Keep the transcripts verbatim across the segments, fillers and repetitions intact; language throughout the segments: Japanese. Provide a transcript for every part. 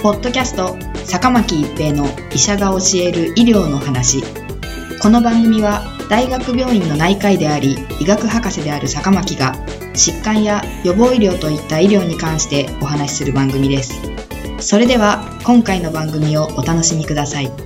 ポッドキャスト坂巻一平の医者が教える医療の話。この番組は大学病院の内科医であり医学博士である坂巻が疾患や予防医療といった医療に関してお話しする番組です。それでは今回の番組をお楽しみください。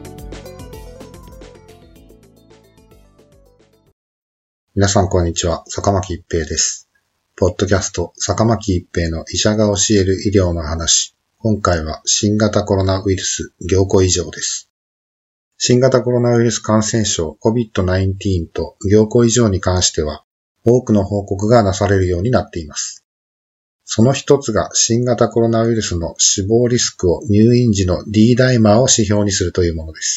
皆さんこんにちは、坂巻一平です。ポッドキャスト坂巻一平の医者が教える医療の話。今回は新型コロナウイルス凝固異常です。新型コロナウイルス感染症 コビッドナインティーン と凝固異常に関しては多くの報告がなされるようになっています。その一つが新型コロナウイルスの死亡リスクを入院時の D ダイマーを指標にするというものです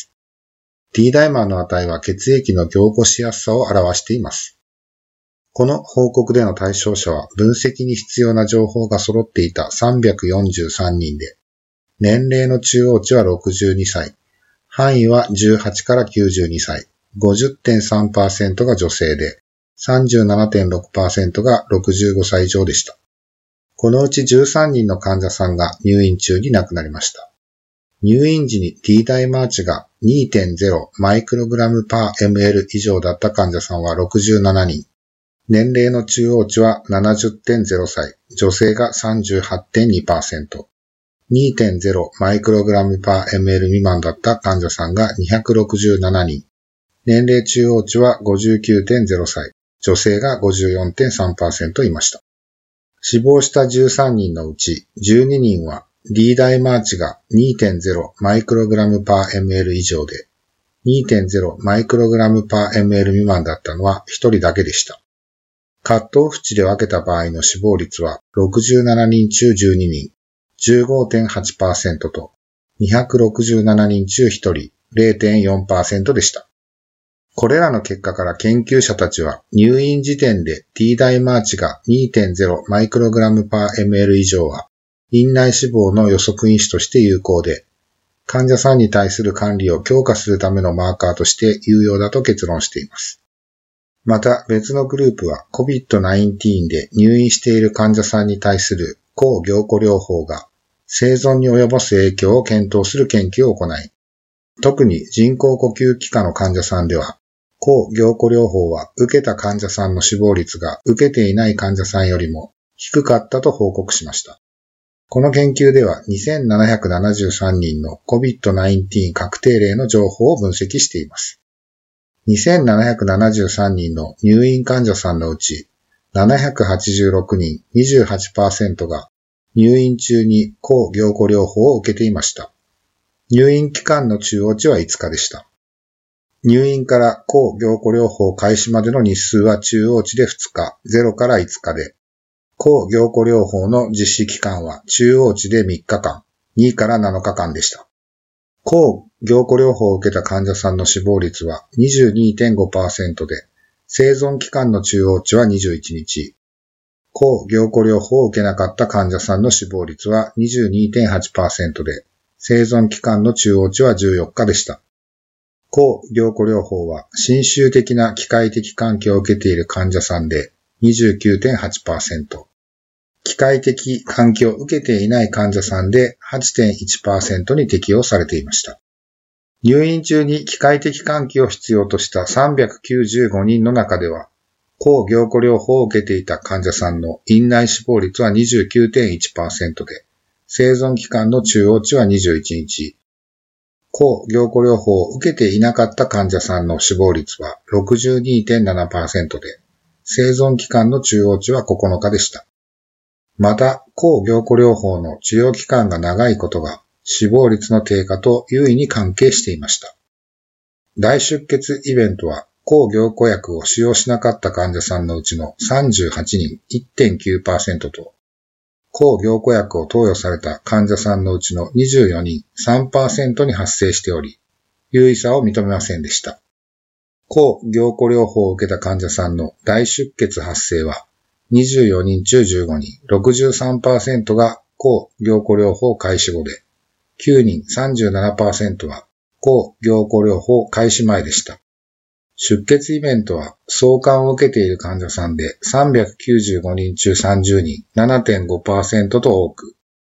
。D ダイマーの値は血液の凝固しやすさを表しています。この報告での対象者は分析に必要な情報が揃っていたさんびゃくよんじゅうさんにんで、年齢の中央値はろくじゅうにさい、範囲はじゅうはちからきゅうじゅうにさい、ごじゅってんさんパーセント が女性で、さんじゅうななてんろくパーセント がろくじゅうごさい以上でした。このうちじゅうさんにんの患者さんが入院中に亡くなりました。入院時に D ダイマー値が にてんゼロ マイクログラムパー エムエル 以上だった患者さんはろくじゅうななにん。年齢の中央値は ななじゅってんゼロさい、女性が さんじゅうはちてんにパーセント。にてんゼロ マイクログラムパー エムエル 未満だった患者さんがにひゃくろくじゅうななにん。年齢中央値は ごじゅうきゅうてんゼロさい、女性が ごじゅうよんてんさんパーセント いました。死亡したじゅうさんにんのうちじゅうににんは D ダイマー値が にてんゼロ マイクログラムパー エムエル 以上で にてんゼロ マイクログラムパー エムエル 未満だったのはひとりだけでした。カットオフ値で分けた場合の死亡率はろくじゅうななにん中じゅうににん、じゅうごてんはちパーセント とにひゃくろくじゅうななにん中ひとり、れいてんよんパーセント でした。これらの結果から研究者たちは入院時点で D ダイマー値が にてんゼロ マイクログラムパー エムエル 以上は院内死亡の予測因子として有効で、患者さんに対する管理を強化するためのマーカーとして有用だと結論しています。また別のグループは コビッドナインティーン で入院している患者さんに対する抗凝固療法が生存に及ぼす影響を検討する研究を行い、特に人工呼吸器科の患者さんでは、抗凝固療法は受けた患者さんの死亡率が受けていない患者さんよりも低かったと報告しました。この研究ではにせんななひゃくななじゅうさんにんの コビッドナインティーン 確定例の情報を分析しています。にせんななひゃくななじゅうさんにんの入院患者さんのうちななひゃくはちじゅうろくにん にじゅうはちパーセント が入院中に抗凝固療法を受けていました。入院期間の中央値はいつかでした。入院から抗凝固療法開始までの日数は中央値でふつか、ゼロからいつかで、抗凝固療法の実施期間は中央値でみっかかん、にからなのかかんでした。抗凝固療法を受けた患者さんの死亡率は にじゅうにてんごパーセント で、生存期間の中央値はにじゅういちにち。抗凝固療法を受けなかった患者さんの死亡率は にじゅうにてんはちパーセント で、生存期間の中央値はじゅうよっかでした。抗凝固療法は侵襲的な機械的環境を受けている患者さんで にじゅうきゅうてんはちパーセント。機械的環境を受けていない患者さんで はちてんいちパーセント に適用されていました。入院中に機械的換気を必要としたさんびゃくきゅうじゅうごにんの中では、抗凝固療法を受けていた患者さんの院内死亡率は にじゅうきゅうてんいちパーセント で、生存期間の中央値はにじゅういちにち。抗凝固療法を受けていなかった患者さんの死亡率は ろくじゅうにてんななパーセント で、生存期間の中央値はここのかでした。また、抗凝固療法の治療期間が長いことが死亡率の低下と優位に関係していました。大出血イベントは抗凝固薬を使用しなかった患者さんのうちのさんじゅうはちにん いってんきゅうパーセント と、抗凝固薬を投与された患者さんのうちのにじゅうよにん さんパーセント に発生しており、優位さを認めませんでした。抗凝固療法を受けた患者さんの大出血発生は、にじゅうよにん中じゅうごにん、ろくじゅうさんパーセント が抗凝固療法開始後で、きゅうにん さんじゅうななパーセント は抗凝固療法開始前でした。出血イベントは相関を受けている患者さんでさんびゃくきゅうじゅうごにん中さんじゅうにん、ななてんごパーセント と多く、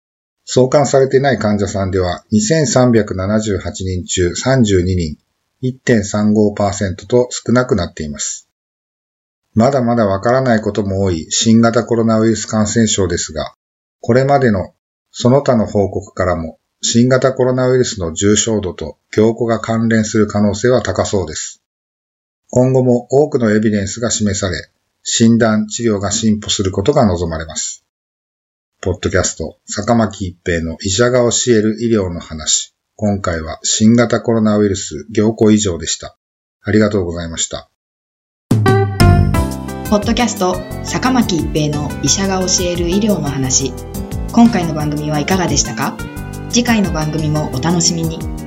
送還されていない患者さんではにせんさんびゃくななじゅうはちにん中さんじゅうににん、いってんさんごパーセント と少なくなっています。まだまだわからないことも多い新型コロナウイルス感染症ですが、これまでのその他の報告からも新型コロナウイルスの重症度と凝固が関連する可能性は高そうです。今後も多くのエビデンスが示され、診断、治療が進歩することが望まれます。ポッドキャスト、坂巻一平の医者が教える医療の話。今回は新型コロナウイルス凝固異常でした。ありがとうございました。 ポッドキャスト、坂巻一平の医者が教える医療の話。今回の番組はいかがでしたか？次回の番組もお楽しみに。